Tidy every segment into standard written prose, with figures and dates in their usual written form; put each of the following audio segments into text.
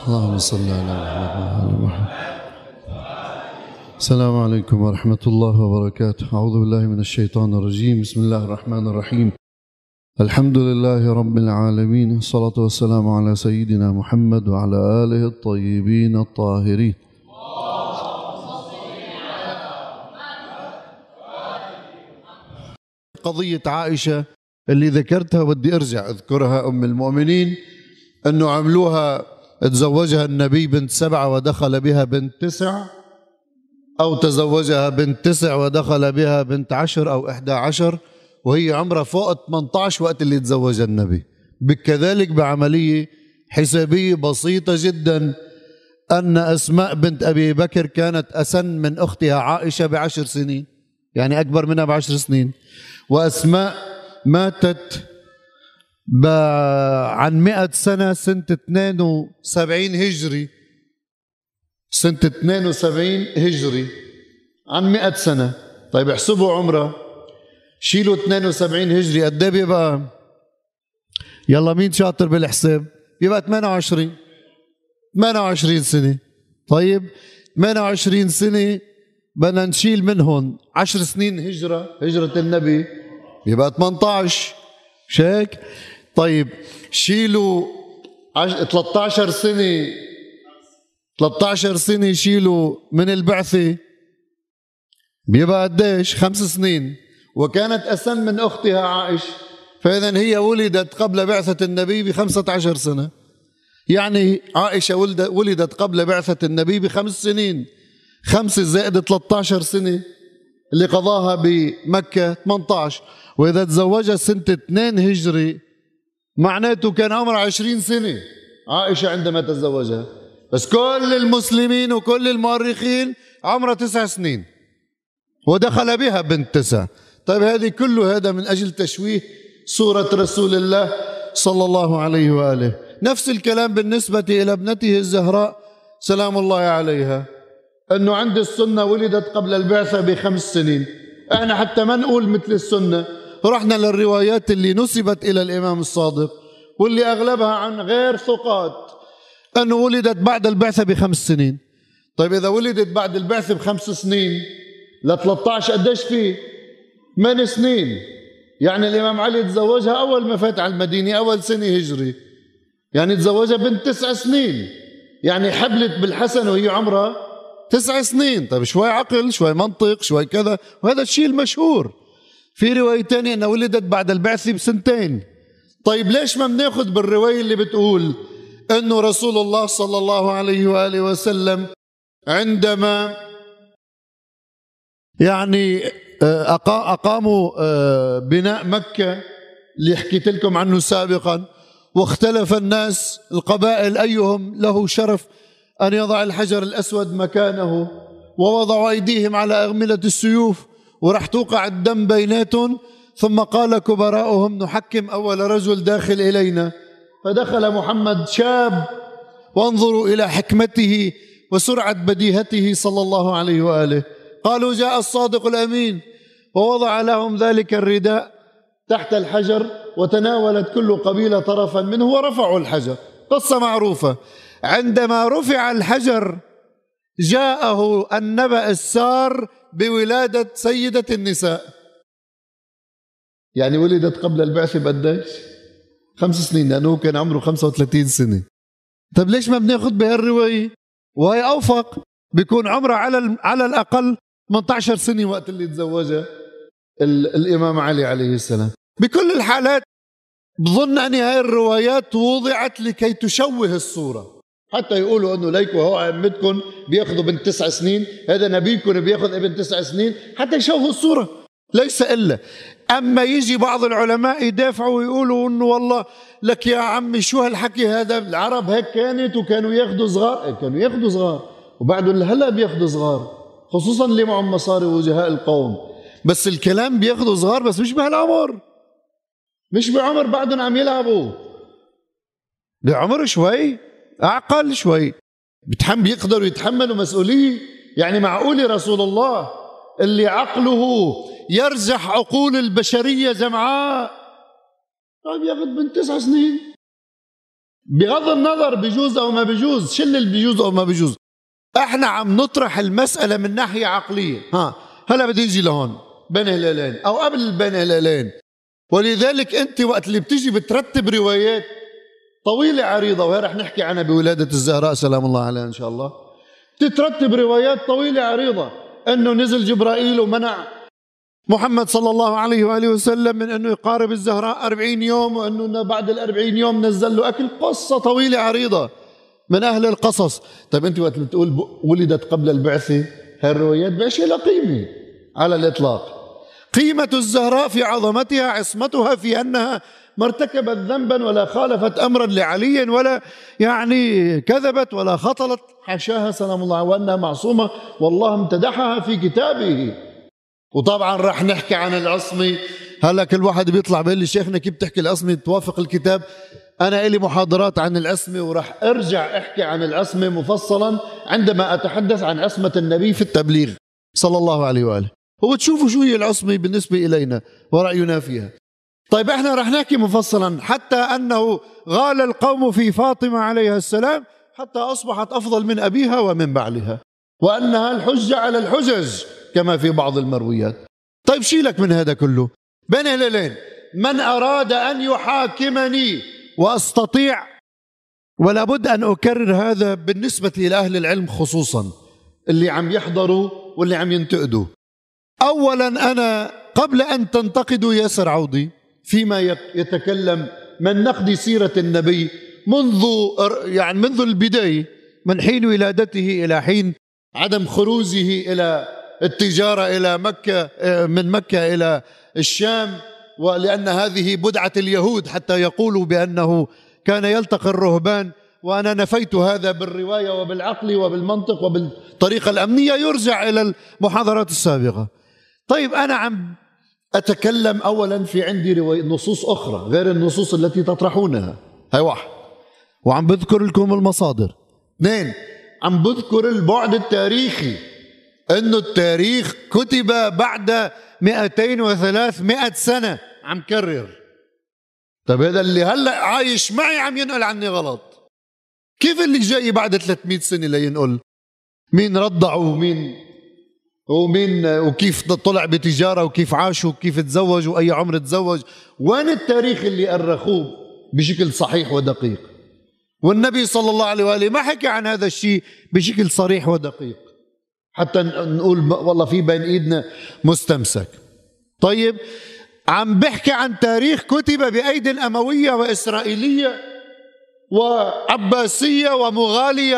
اللهم صل على محمد وعلى محمد. السلام عليكم ورحمة الله وبركاته. أعوذ بالله من الشيطان الرجيم. بسم الله الرحمن الرحيم. الحمد لله رب العالمين، الصلاة والسلام على سيدنا محمد وعلى آله الطيبين الطاهرين. قضية عائشة اللي ذكرتها بدي أرجع أذكرها. أم المؤمنين أنه عملوها، تزوجها النبي بنت 7 ودخل بها بنت 9، أو تزوجها بنت 9 ودخل بها بنت 10 أو 11، وهي عمرها فوق 18 وقت اللي تزوجها النبي. كذلك بعملية حسابية بسيطة جدا، أن أسماء بنت أبي بكر كانت أسن من أختها عائشة ب10 سنين، يعني أكبر منها ب10 سنين. وأسماء ماتت عن 100 سنة سنة 72 هجري، سنة 72 هجري، عن 100 سنة. طيب احسبوا عمرها، شيلوا 72 هجري قد ايه بيبقى؟ يلا مين شاطر بالحساب؟ بيبقى 28 سنة. طيب 28 سنة بدنا نشيل منهم 10 سنين هجرة النبي، يبقى 18، مش هيك؟ طيب شيلوا 13 سنة شيلوا من البعثة، بيبقى قديش؟ 5 سنين. وكانت أسن من أختها عائشة، فإذا هي ولدت قبل بعثة النبي ب15 سنة، يعني عائشة ولدت قبل بعثة النبي ب5 سنين. 5 زائد 13 سنة اللي قضاها بمكة 18. وإذا تزوجها سنة 2 هجري معناته كان عمرها 20 سنة عائشة عندما تزوجها. بس كل المسلمين وكل المؤرخين عمرها 9 سنين ودخل بها بنت 9. طيب هذه كله هذا من أجل تشويه صورة رسول الله صلى الله عليه وآله. نفس الكلام بالنسبة إلى ابنته الزهراء سلام الله عليها، أنه عند السنة ولدت قبل البعثة ب5 سنين. احنا حتى ما نقول مثل السنة، رحنا للروايات اللي نسبت إلى الإمام الصادق واللي أغلبها عن غير ثقات، أنه ولدت بعد البعثة ب5 سنين. طيب إذا ولدت بعد البعثة ب5 سنين ل 13 قديش فيه؟ 8 سنين. يعني الإمام علي تزوجها أول ما فات على المدينة، أول سنة هجري، يعني تزوجها بنت 9 سنين، يعني حبلت بالحسن وهي عمرها 9 سنين. طيب شوي عقل، شوي منطق، شوي كذا، وهذا الشيء المشهور. في رواية تانية أنها ولدت بعد البعثة ب2. طيب ليش ما بناخذ بالرواية اللي بتقول أنه رسول الله صلى الله عليه وآله وسلم عندما يعني أقاموا بناء مكة اللي حكيت لكم عنه سابقا، واختلف الناس القبائل أيهم له شرف أن يضع الحجر الأسود مكانه، ووضعوا أيديهم على أغملة السيوف ورح توقع الدم بيناتهم. ثم قال كبراؤهم نحكم أول رجل داخل إلينا، فدخل محمد شاب، وانظروا إلى حكمته وسرعة بديهته صلى الله عليه وآله. قالوا جاء الصادق الأمين، ووضع لهم ذلك الرداء تحت الحجر، وتناولت كل قبيلة طرفا منه ورفعوا الحجر. قصة معروفة. عندما رفع الحجر جاءه النبأ السار بولادة سيدة النساء، يعني ولدت قبل البعثة بقديش؟ 5 سنين، لأنه كان عمره 35 سنة. طب ليش ما بناخذ بهالرواية؟ وهي أوفق، بيكون عمرها على الأقل 18 سنة وقت اللي تزوجها الإمام علي عليه السلام. بكل الحالات بظن أن هاي الروايات وضعت لكي تشوه الصورة، حتى يقولوا أنه ليكوا هو أئمتكم بياخذوا بنت 9 سنين، هذا نبيكم بياخذ ابن 9 سنين، حتى يشوهوا الصورة، ليس إلا. أما يجي بعض العلماء يدافعوا ويقولوا أنه والله لك يا عمي شو هالحكي هذا، العرب هيك كانت وكانوا ياخذوا صغار، كانوا ياخذوا صغار وبعدهم هلا بياخذوا صغار، خصوصا اللي معهم مصاري وجهاء القوم. بس الكلام بياخذوا صغار، بس مش بهالعمر، مش بعمر بعدهم عم يلعبوا، بعمر شوي أعقل شوي، بيقدروا يتحملوا مسؤولية. يعني معقول رسول الله اللي عقله يرجح عقول البشرية جمعاء طيب ياخذ بنت 9 سنين؟ بغض النظر بيجوز أو ما بيجوز، شل اللي بيجوز أو ما بيجوز، احنا عم نطرح المسألة من ناحية عقلية. هلا بدي نجي لهون بين هلالين أو قبل بين هلالين. ولذلك أنت وقت اللي بتيجي بترتب روايات طويلة عريضة، وهي رح نحكي عنها بولادة الزهراء سلام الله عليها إن شاء الله، تترتب روايات طويلة عريضة أنه نزل جبرائيل ومنع محمد صلى الله عليه وآله وسلم من أنه يقارب الزهراء 40 يوم، وأنه بعد 40 يوم نزل له أكل. قصة طويلة عريضة من أهل القصص. طيب أنت وقت بتقول ولدت قبل البعثة، هاي الروايات بقاش لها قيمة على الإطلاق. قيمة الزهراء في عظمتها، عصمتها في أنها ما ارتكبت ذنبا ولا خالفت أمرا لعلي ولا يعني كذبت ولا خطلت، حاشاها سلام الله، وأنها معصومة والله امتدحها في كتابه. وطبعا راح نحكي عن العصمة. هلا كل واحد بيطلع بيقول لي شيخنا كيف بتحكي العصمة توافق الكتاب؟ أنا إلي محاضرات عن العصمة، وراح أرجع أحكي عن العصمة مفصلا عندما أتحدث عن عصمة النبي في التبليغ صلى الله عليه وآله، وتشوفوا شو هي العصمة بالنسبة إلينا ورأينا فيها. طيب احنا رح نحكي مفصلا حتى أنه غال القوم في فاطمة عليها السلام حتى أصبحت أفضل من أبيها ومن بعلها، وأنها الحجة على الحجج كما في بعض المرويات. طيب شيلك من هذا كله، بين هلالين. من أراد أن يحاكمني وأستطيع، ولا بد أن أكرر هذا بالنسبة لأهل العلم خصوصا اللي عم يحضروا واللي عم ينتقدوا. أولا أنا قبل أن تنتقدوا ياسر عوضي فيما يتكلم من نقد سيرة النبي منذ البداية، من حين ولادته إلى حين عدم خروجه إلى التجارة إلى مكة، من مكة إلى الشام، ولأن هذه بدعة اليهود حتى يقولوا بأنه كان يلتقي الرهبان، وأنا نفيت هذا بالرواية وبالعقل وبالمنطق وبالطريقة الأمنية، يرجع إلى المحاضرات السابقة. طيب أنا عم أتكلم أولا في عندي نصوص أخرى غير النصوص التي تطرحونها، هاي واحد، وعم بذكر لكم المصادر. اثنين، عم بذكر البعد التاريخي، أنه التاريخ كتب بعد 200 و300 سنة، عم كرر. طيب هذا اللي هلأ عايش معي عم ينقل عني غلط، كيف اللي جاي بعد 300 سنة لينقل مين رضع ومين وكيف طلع بتجارة وكيف عاش وكيف تزوج وأي عمر تزوج؟ وين التاريخ اللي أرخوه بشكل صحيح ودقيق؟ والنبي صلى الله عليه وآله ما حكى عن هذا الشيء بشكل صريح ودقيق حتى نقول والله في بين ايدنا مستمسك. طيب عم بحكي عن تاريخ كتب بأيدي أموية وإسرائيلية وعباسية ومغالية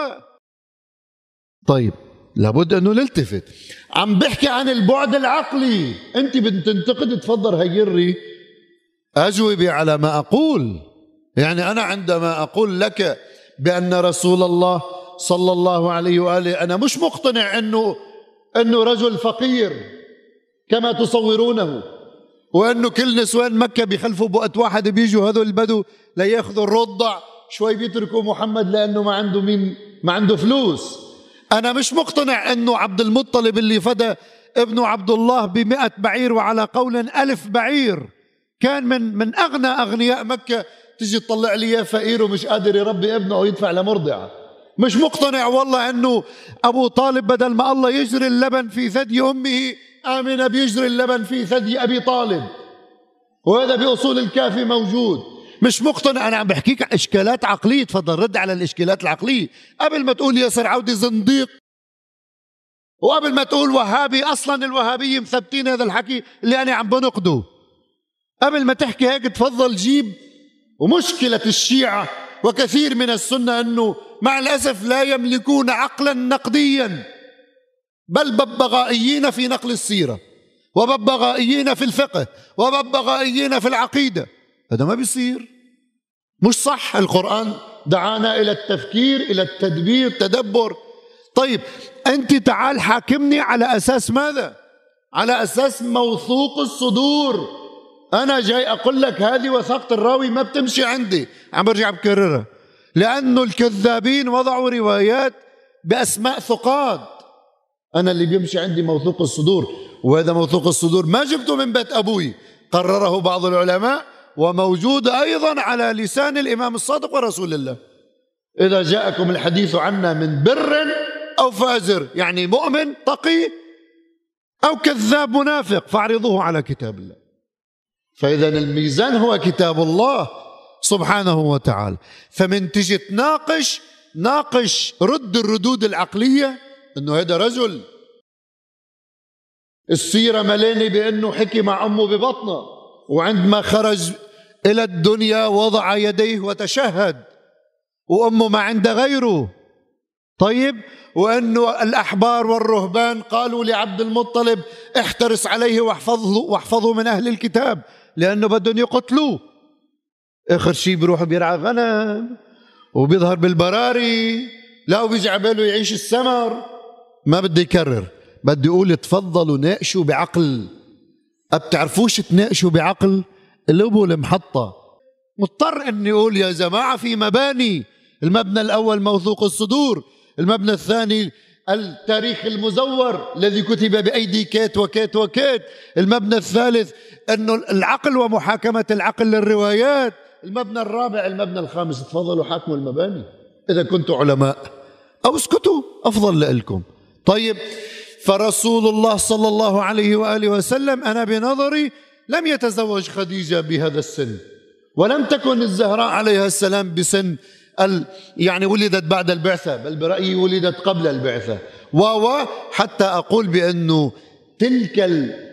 طيب لابد أنه نلتفت. عم بحكي عن البعد العقلي. أنت بتنتقد، تفضل هيري أجوبي على ما أقول. يعني أنا عندما أقول لك بأن رسول الله صلى الله عليه وآله، أنا مش مقتنع أنه رجل فقير كما تصورونه، وأنه كل نسوان مكة بيخلفوا بوقت واحد، بيجوا هذول البدو ليأخذوا الرضع، شوي بيتركوا محمد لأنه ما عنده فلوس. أنا مش مقتنع أنه عبد المطلب اللي فدى ابنه عبد الله ب100 بعير، وعلى قول 1000 بعير، كان من أغنى أغنياء مكة، تجي تطلع لي يا فقير ومش قادر يربي ابنه أو يدفع لمرضعة. مش مقتنع والله أنه أبو طالب بدل ما الله يجري اللبن في ثدي أمه، آمنة بيجري اللبن في ثدي أبي طالب، وهذا بأصول الكافي موجود. مش مقتنع. أنا عم بحكيك عن إشكالات عقلية، تفضل رد على الإشكالات العقلية قبل ما تقول ياسر عودي زنديق، وقبل ما تقول وهابي. أصلا الوهابية مثبتين هذا الحكي اللي أنا عم بنقده. قبل ما تحكي هيك تفضل جيب. ومشكلة الشيعة وكثير من السنة أنه مع الأسف لا يملكون عقلا نقديا، بل ببغائيين في نقل السيرة، وببغائيين في الفقه، وببغائيين في العقيدة. هذا ما بيصير، مش صح. القرآن دعانا إلى التفكير، إلى التدبير، تدبر. طيب أنت تعال حاكمني على أساس ماذا؟ على أساس موثوق الصدور. أنا جاي أقول لك هذه وثاقة الراوي ما بتمشي عندي، عم برجع بكررها، لأنه الكذابين وضعوا روايات بأسماء ثقات. أنا اللي بيمشي عندي موثوق الصدور، وهذا موثوق الصدور ما جبته من بيت أبوي، قرره بعض العلماء وموجودة أيضا على لسان الإمام الصادق ورسول الله: إذا جاءكم الحديث عنا من بر أو فاجر، يعني مؤمن تقي أو كذاب منافق، فاعرضوه على كتاب الله. فإذا الميزان هو كتاب الله سبحانه وتعالى. فمن تجي تناقش رد الردود العقلية إنه هذا رجل السيرة ملانة بأنه حكي مع أمه ببطنه، وعندما خرج إلى الدنيا وضع يديه وتشهد، وأمه ما عندها غيره. طيب، وأنه الأحبار والرهبان قالوا لعبد المطلب: احترس عليه واحفظه من أهل الكتاب لأنه بدهم يقتلوه. آخر شيء بيروح بيرعى غنم وبيظهر بالبراري، لا وبيجي عباله يعيش السمر. ما بدي يكرر، بدي يقول: تفضلوا ناقشوا بعقل. بتعرفوش تناقشوا بعقل؟ قلبوا المحطة. مضطر اني اقول يا جماعة في مباني: المبنى الاول موثوق الصدور، المبنى الثاني التاريخ المزور الذي كتب بأيدي كيت وكيت وكيت، المبنى الثالث انه العقل ومحاكمة العقل للروايات، المبنى الرابع، المبنى الخامس. تفضلوا حاكموا المباني اذا كنتوا علماء، او اسكتوا افضل لكم. طيب، فرسول الله صلى الله عليه وآله وسلم أنا بنظري لم يتزوج خديجة بهذا السن، ولم تكن الزهراء عليها السلام بسن يعني ولدت بعد البعثة، بل برأيي ولدت قبل البعثة. حتى أقول بأنه تلك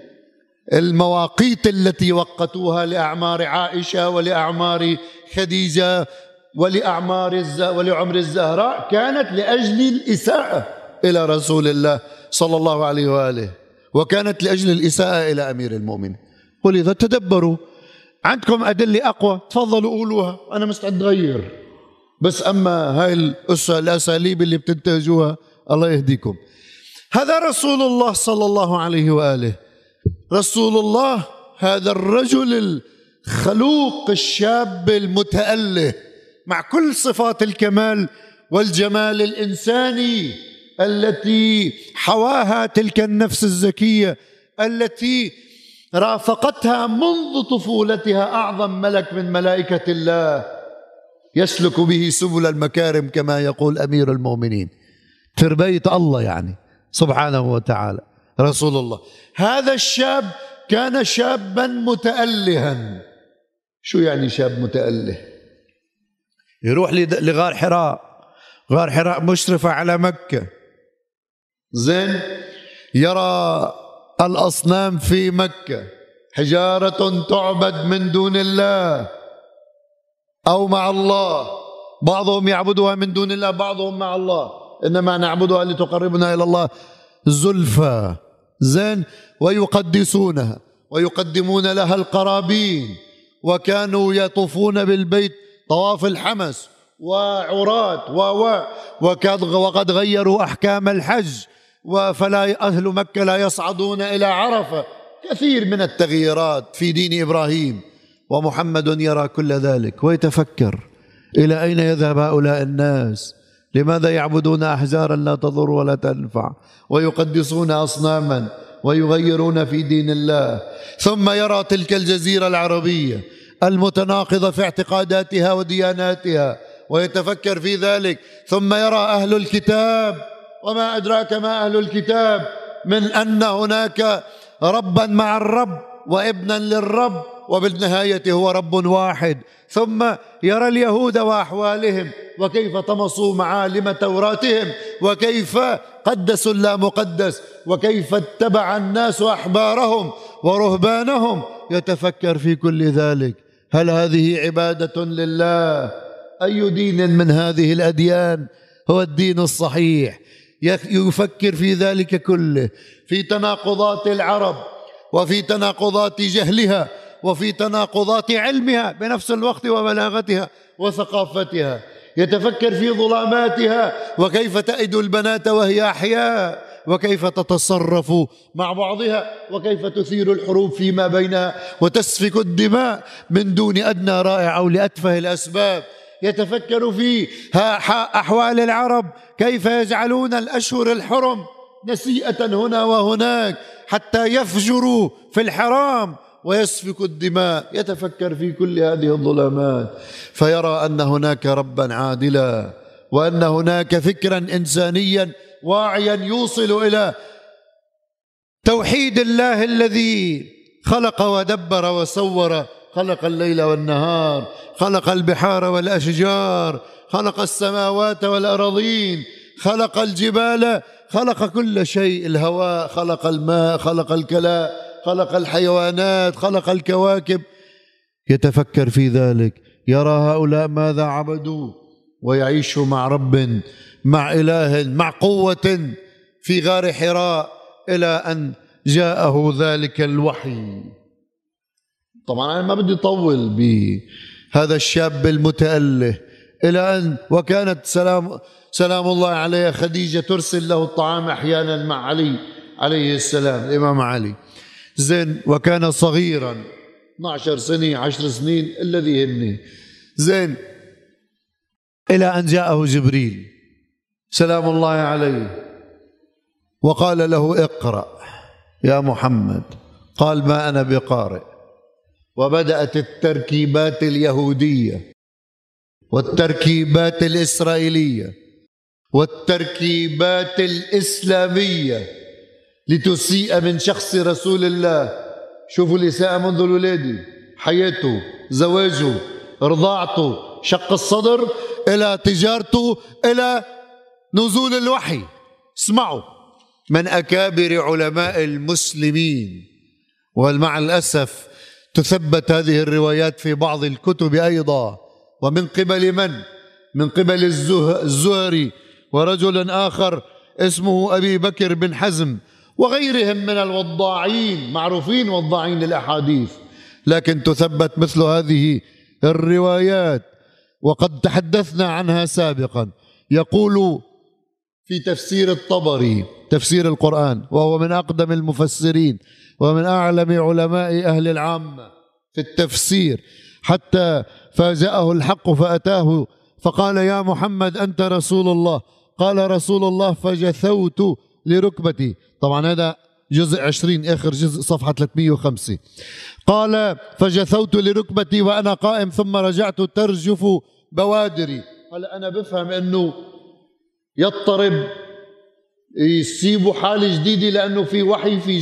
المواقيت التي وقتوها لأعمار عائشة ولأعمار خديجة ولعمر الزهراء كانت لأجل الإساءة إلى رسول الله صلى الله عليه وآله، وكانت لأجل الإساءة إلى أمير المؤمنين. ولذا تدبروا، عندكم أدلة أقوى تفضلوا قولوها، أنا مستعد أغير، بس أما هاي الأساليب اللي بتنتهجوها الله يهديكم. هذا رسول الله صلى الله عليه وآله، رسول الله، هذا الرجل الخلوق الشاب المتأله مع كل صفات الكمال والجمال الإنساني التي حواها تلك النفس الزكية التي رافقتها منذ طفولتها أعظم ملك من ملائكة الله يسلك به سبل المكارم كما يقول أمير المؤمنين، تربية الله يعني سبحانه وتعالى. رسول الله هذا الشاب كان شابا متألها. شو يعني شاب متأله؟ يروح لغار حراء، غار حراء مشرفة على مكة، زين، يرى الأصنام في مكة، حجارة تعبد من دون الله أو مع الله، بعضهم يعبدها من دون الله، بعضهم مع الله، إنما نعبدها لتقربنا إلى الله زلفى، زين، ويقدسونها ويقدمون لها القرابين، وكانوا يطوفون بالبيت طواف الحمس وعرات وقد غيروا أحكام الحج، فلا أهل مكة لا يصعدون إلى عرفة، كثير من التغييرات في دين إبراهيم. ومحمد يرى كل ذلك ويتفكر: إلى أين يذهب هؤلاء الناس؟ لماذا يعبدون أحجارا لا تضر ولا تنفع ويقدسون أصناما ويغيرون في دين الله؟ ثم يرى تلك الجزيرة العربية المتناقضة في اعتقاداتها ودياناتها ويتفكر في ذلك. ثم يرى أهل الكتاب، وما أدراك ما أهل الكتاب، من أن هناك ربا مع الرب وابنا للرب، وبالنهاية هو رب واحد. ثم يرى اليهود وأحوالهم وكيف طمسوا معالم توراتهم، وكيف قدسوا اللا مقدس، وكيف اتبع الناس أحبارهم ورهبانهم. يتفكر في كل ذلك: هل هذه عبادة لله؟ أي دين من هذه الأديان هو الدين الصحيح؟ يفكر في ذلك كله، في تناقضات العرب وفي تناقضات جهلها وفي تناقضات علمها بنفس الوقت وبلاغتها وثقافتها. يتفكر في ظلاماتها وكيف تأد البنات وهي أحياء، وكيف تتصرف مع بعضها، وكيف تثير الحروب فيما بينها وتسفك الدماء من دون أدنى رائع أو لأتفه الأسباب. يتفكر في أحوال العرب، كيف يجعلون الأشهر الحرم نسيئة هنا وهناك حتى يفجروا في الحرام ويسفك الدماء، يتفكر في كل هذه الظلامات فيرى أن هناك ربا عادلا، وأن هناك فكرا إنسانيا واعيا يوصل إلى توحيد الله الذي خلق ودبر وصور، خلق الليل والنهار، خلق البحار والأشجار، خلق السماوات والأراضين، خلق الجبال، خلق كل شيء، الهواء، خلق الماء، خلق الكلاء، خلق الحيوانات، خلق الكواكب. يتفكر في ذلك، يرى هؤلاء ماذا عبدوا، ويعيش مع رب، مع إله، مع قوة في غار حراء، إلى أن جاءه ذلك الوحي. طبعا أنا ما بدي أطول بهذا الشاب المتأله، إلى أن وكانت سلام الله عليها خديجة ترسل له الطعام أحيانا مع علي عليه السلام، الإمام علي. زين، وكان صغيرا 12 سنة 10 سنين الذي هن. زين، إلى أن جاءه جبريل سلام الله عليه وقال له اقرأ يا محمد. قال ما أنا بقارئ. وبدأت التركيبات اليهودية والتركيبات الإسرائيلية والتركيبات الإسلامية لتسيء من شخص رسول الله. شوفوا الإساءة منذ الولادة، حياته، زواجه، رضاعته، شق الصدر، إلى تجارته، إلى نزول الوحي. اسمعوا من أكابر علماء المسلمين، ومع الأسف تثبت هذه الروايات في بعض الكتب أيضا، ومن قبل من؟ من قبل الزهري ورجل آخر اسمه أبي بكر بن حزم وغيرهم من الوضاعين، معروفين وضاعين للأحاديث، لكن تثبت مثل هذه الروايات وقد تحدثنا عنها سابقا. يقول في تفسير الطبري، تفسير القرآن، وهو من أقدم المفسرين ومن أعلم علماء أهل العامة في التفسير، حتى فاجأه الحق فأتاه فقال يا محمد أنت رسول الله. قال رسول الله فجثوت لركبتي. طبعا هذا جزء 20 آخر جزء صفحة 305. قال فجثوت لركبتي وأنا قائم ثم رجعت ترجف بوادري. هلا أنا بفهم أنه يضطرب يسيبوا حالة جديدة لأنه في وحي، في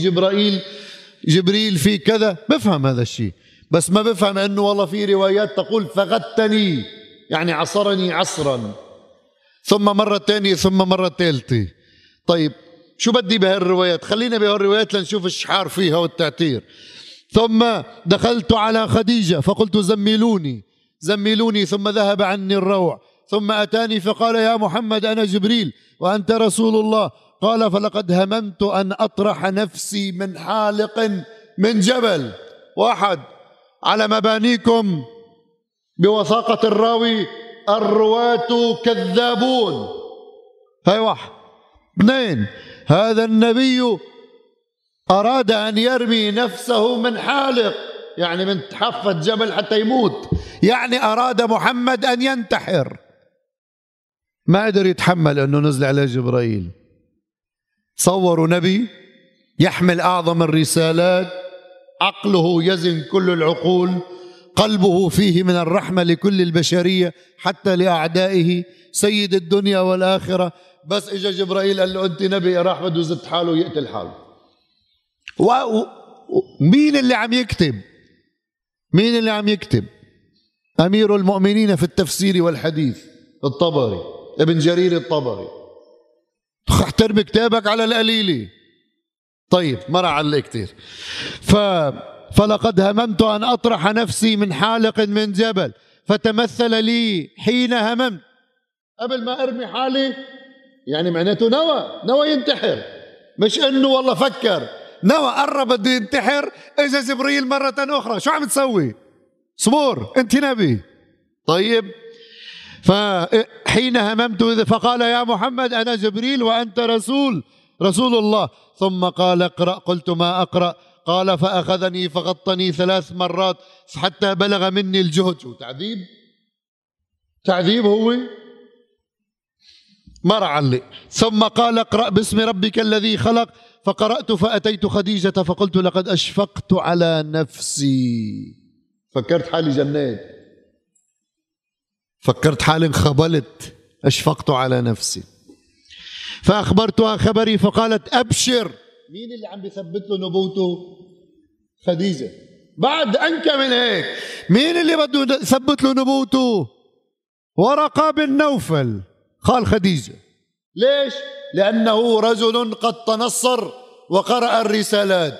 جبريل في كذا، بفهم هذا الشيء، بس ما بفهم أنه والله في روايات تقول فغتني، يعني عصرني عصرا، ثم مرة ثانية ثم مرة ثالثة. طيب شو بدي بهالروايات؟ خلينا بهالروايات لنشوف الشحار فيها والتعتير. ثم دخلت على خديجة فقلت زملوني زملوني، ثم ذهب عني الروع، ثم أتاني فقال يا محمد أنا جبريل وأنت رسول الله. قال فلقد هممت أن أطرح نفسي من حالق من جبل. واحد، على مبانيكم بوثاقة الراوي الرواة كذابون، هاي واحد. اثنين، هذا النبي أراد أن يرمي نفسه من حالق، يعني من حافة جبل حتى يموت، يعني أراد محمد أن ينتحر، ما قدر يتحمل أنه نزل عليه جبرائيل. تصوروا نبي يحمل أعظم الرسالات، عقله يزن كل العقول، قلبه فيه من الرحمة لكل البشرية حتى لأعدائه، سيد الدنيا والآخرة، بس إجا جبرائيل قال له أنت نبي، راح بده يزت حاله ويقتل حاله. مين اللي عم يكتب؟ مين اللي عم يكتب؟ أمير المؤمنين في التفسير والحديث الطبري، ابن جرير الطبري. احترم كتابك على القليلة. طيب ما راح علق كتير. فلقد هممت أن أطرح نفسي من حالق من جبل فتمثل لي حين هممت، قبل ما أرمي حالي، يعني معناته نوى ينتحر، مش إنه والله فكر، نوى قرب بده ينتحر. إجا جبريل مرة أخرى، شو عم تسوي؟ صبور أنت نبي. طيب، فحين هممت فقال يا محمد أنا جبريل وأنت رسول الله. ثم قال اقرأ. قلت ما أقرأ؟ قال فأخذني فغطني 3 مرات حتى بلغ مني الجهد. شو تعذيب هو؟ ما راح علق. ثم قال اقرأ باسم ربك الذي خلق، فقرأت فأتيت خديجة فقلت لقد أشفقت على نفسي. فكرت حالي جنيت، فكرت حالي انخبلت، أشفقت على نفسي. فأخبرتها خبري فقالت أبشر. مين اللي عم بيثبت له نبوته؟ خديجة. بعد أنكى من هيك مين اللي بده يثبت له نبوته؟ ورقة بن نوفل خال خديجة. ليش؟ لأنه رجل قد تنصر وقرأ الرسالات.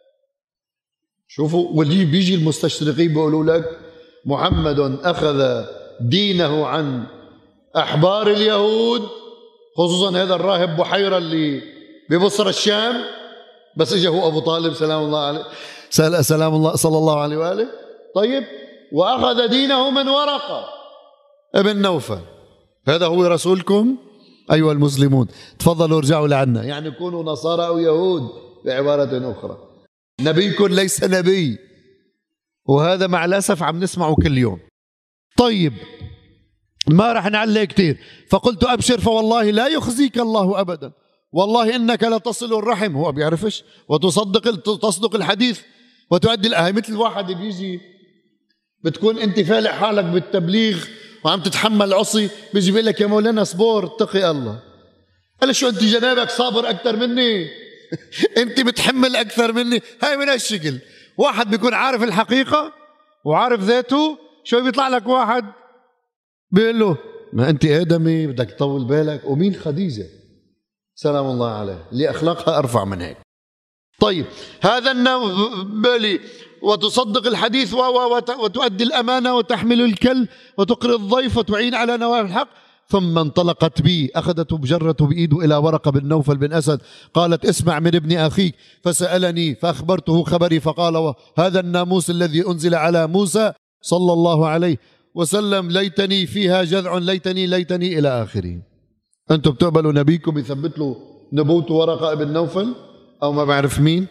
شوفوا، واللي بيجي المستشرقين بيقولوا لك محمد أخذ دينه عن أحبار اليهود، خصوصا هذا الراهب بحيرة اللي ببصرة الشام، بس اجى هو أبو طالب سلام الله عليه، سلام الله صلى الله عليه وآله. طيب، وأخذ دينه من ورقة ابن نوفل. هذا هو رسولكم أيها المسلمون، تفضلوا ارجعوا لعنا، يعني كونوا نصارى أو يهود بعبارة أخرى. نبيكم ليس نبي، وهذا مع الأسف عم نسمعه كل يوم. طيب، ما رح نعلق كتير. فقلت أبشر فوالله لا يخزيك الله أبدا، والله إنك لتصل الرحم، هو بيعرفش، تصدق الحديث وتؤدي الأهي. مثل واحد بيجي بتكون انت فالح حالك بالتبليغ وعم تتحمل عصي، بيجي بيقول لك يا مولانا اصبر اتقي الله. قال شو انت جنابك صابر اكثر مني؟ انت بتحمل اكثر مني؟ هاي من هالشكل. واحد بيكون عارف الحقيقة وعارف ذاته، شو بيطلع لك واحد بيقول له ما انت ادمي بدك تطول بالك. ومين؟ خديجة سلام الله عليه، اللي اخلاقها ارفع من هيك. طيب، هذا النبي وتصدق الحديث وتؤدي الأمانة وتحمل الكل وتقري الضيف وتعين على نوائب الحق. ثم انطلقت بي، أخذته بجرته بإيده إلى ورقة بن نوفل بن أسد، قالت اسمع من ابن أخيك. فسألني فأخبرته خبري، فقال هذا الناموس الذي أنزل على موسى صلى الله عليه وسلم، ليتني فيها جذع، ليتني إلى آخره. أنتم بتقبلوا نبيكم يثبت له نبوته ورقة بن نوفل أو ما بعرف مين؟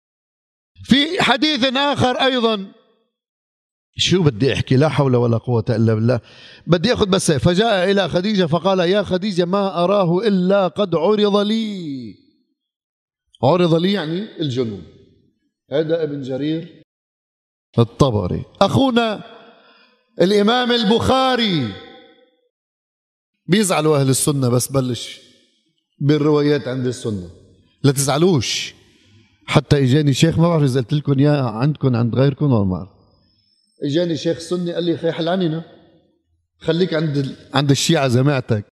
في حديث آخر أيضا، شو بدي أحكي، لا حول ولا قوة إلا بالله، بدي أخذ بس. فجاء إلى خديجة فقال يا خديجة ما أراه إلا قد عرض لي. عرض لي يعني الجنون. هذا ابن جرير الطبري. أخونا الإمام البخاري، بيزعلوا أهل السنة بس بلش بالروايات عند السنة، لا تزعلوش. حتى اجاني شيخ، ما بعرف اذا قلت لكم يا عندكم عند غيركم ولا ما، اجاني شيخ سني قال لي خي حلعننا، خليك عند الشيعة جماعتك.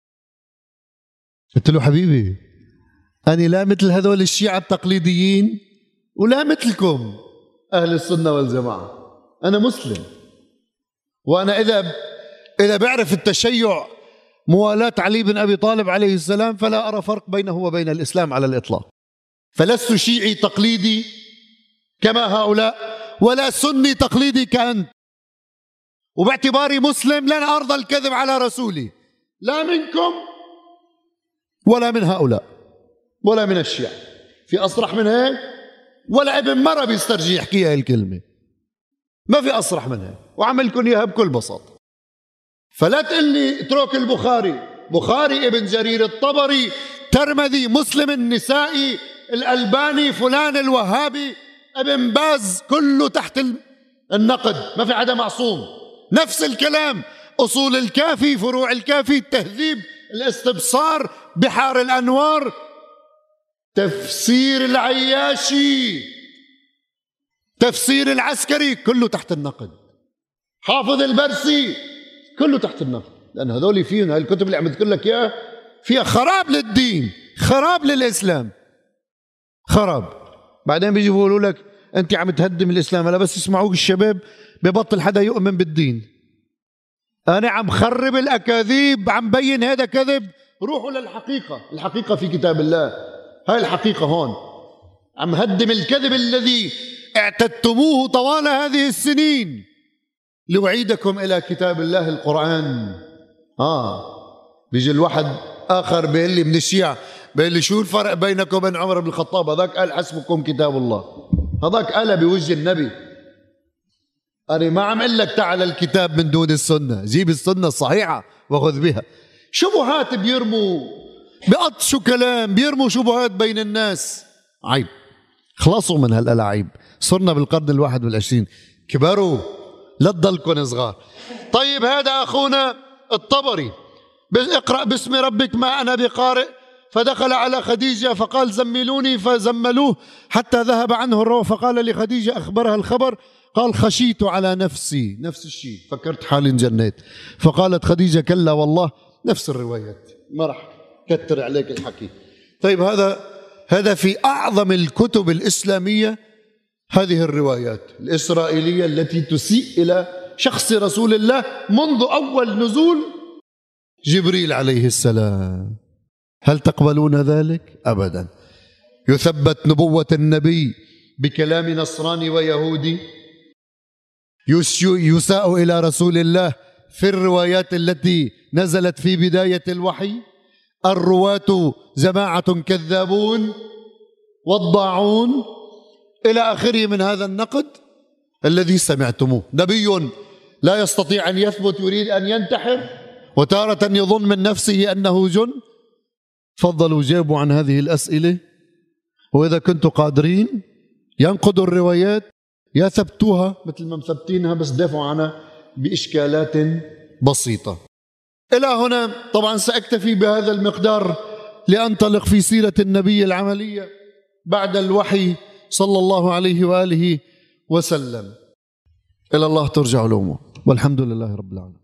قلت له حبيبي أنا لا مثل هذول الشيعة التقليديين ولا مثلكم أهل السنة والجماعة، أنا مسلم، وأنا إذا بعرف التشيع موالاة علي بن أبي طالب عليه السلام فلا أرى فرق بينه وبين الإسلام على الإطلاق. فلست شيعي تقليدي كما هؤلاء، ولا سني تقليدي كأنت، وباعتباري مسلم لن أرضى الكذب على رسولي، لا منكم ولا من هؤلاء ولا من الشيعة. في أصرح من هيك؟ ولا ابن مرة بيسترجي يحكي هاي الكلمة، ما في أصرح من هيك، وعملكم إياها بكل بساطة. فلا تقل لي اترك البخاري، بخاري، ابن جرير الطبري، ترمذي، مسلم، النسائي، الألباني، فلان الوهابي، ابن باز، كله تحت النقد، ما في حدا معصوم. نفس الكلام، أصول الكافي، فروع الكافي، التهذيب، الاستبصار، بحار الأنوار، تفسير العياشي، تفسير العسكري، كله تحت النقد، حافظ البرسي، كله تحت النقد. لأن هذول فيهم، هاي الكتب اللي عم بذكر لك إياها فيها خراب للدين، خراب للإسلام، خراب. بعدين بيجي بيقولوا لك أنت عم تهدم الإسلام. هلا بس يسمعوك الشباب ببطل حدا يؤمن بالدين. أنا عم خرب الأكاذيب، عم بين هذا كذب. روحوا للحقيقة، الحقيقة في كتاب الله، هاي الحقيقة هون. عم هدم الكذب الذي اعتدتموه طوال هذه السنين لأعيدكم إلى كتاب الله القرآن. بيجي الواحد آخر بيقول لي من الشيعة، بيقول لي شو الفرق بينك وبين عمر بن الخطاب؟ هذاك قال حسبكم كتاب الله، هذاك قال بوجه النبي. أنا ما عم أقول لك تعال الكتاب من دون السنة، جيب السنة الصحيحة وخذ بها. شبهات بيرموا، بيقطشوا كلام، بيرموا شبهات بين الناس. عيب، خلصوا من هالألاعيب. صرنا بالقرن 21، كبروا، لا تضلكم صغار. طيب هذا أخونا الطبري، اقرأ باسم ربك ما أنا بقارئ، فدخل على خديجة فقال زملوني، فزملوه حتى ذهب عنه الروع، فقال لخديجة أخبرها الخبر، قال خشيت على نفسي، نفس الشيء، فكرت حالي انجنيت. فقالت خديجة كلا والله، نفس الروايات، ما راح كتر عليك الحكي. طيب هذا في أعظم الكتب الإسلامية، هذه الروايات الإسرائيلية التي تسيء إلى شخص رسول الله منذ أول نزول جبريل عليه السلام. هل تقبلون ذلك؟ أبدا. يثبت نبوة النبي بكلام نصراني ويهودي، يساء إلى رسول الله في الروايات التي نزلت في بداية الوحي. الرواة جماعة كذابون وضاعون إلى آخره من هذا النقد الذي سمعتموه. نبي لا يستطيع أن يثبت، يريد أن ينتحر، وتارة يظن من نفسه أنه جن. تفضلوا جاوبوا عن هذه الأسئلة، وإذا كنتوا قادرين ينقضوا الروايات يا ثبتوها مثل ما مثبتينها، بس دافعوا عنها بإشكالات بسيطة. إلى هنا طبعا سأكتفي بهذا المقدار لأنطلق في سيرة النبي العملية بعد الوحي صلى الله عليه وآله وسلم. إلى الله ترجع الأمور، والحمد لله رب العالمين.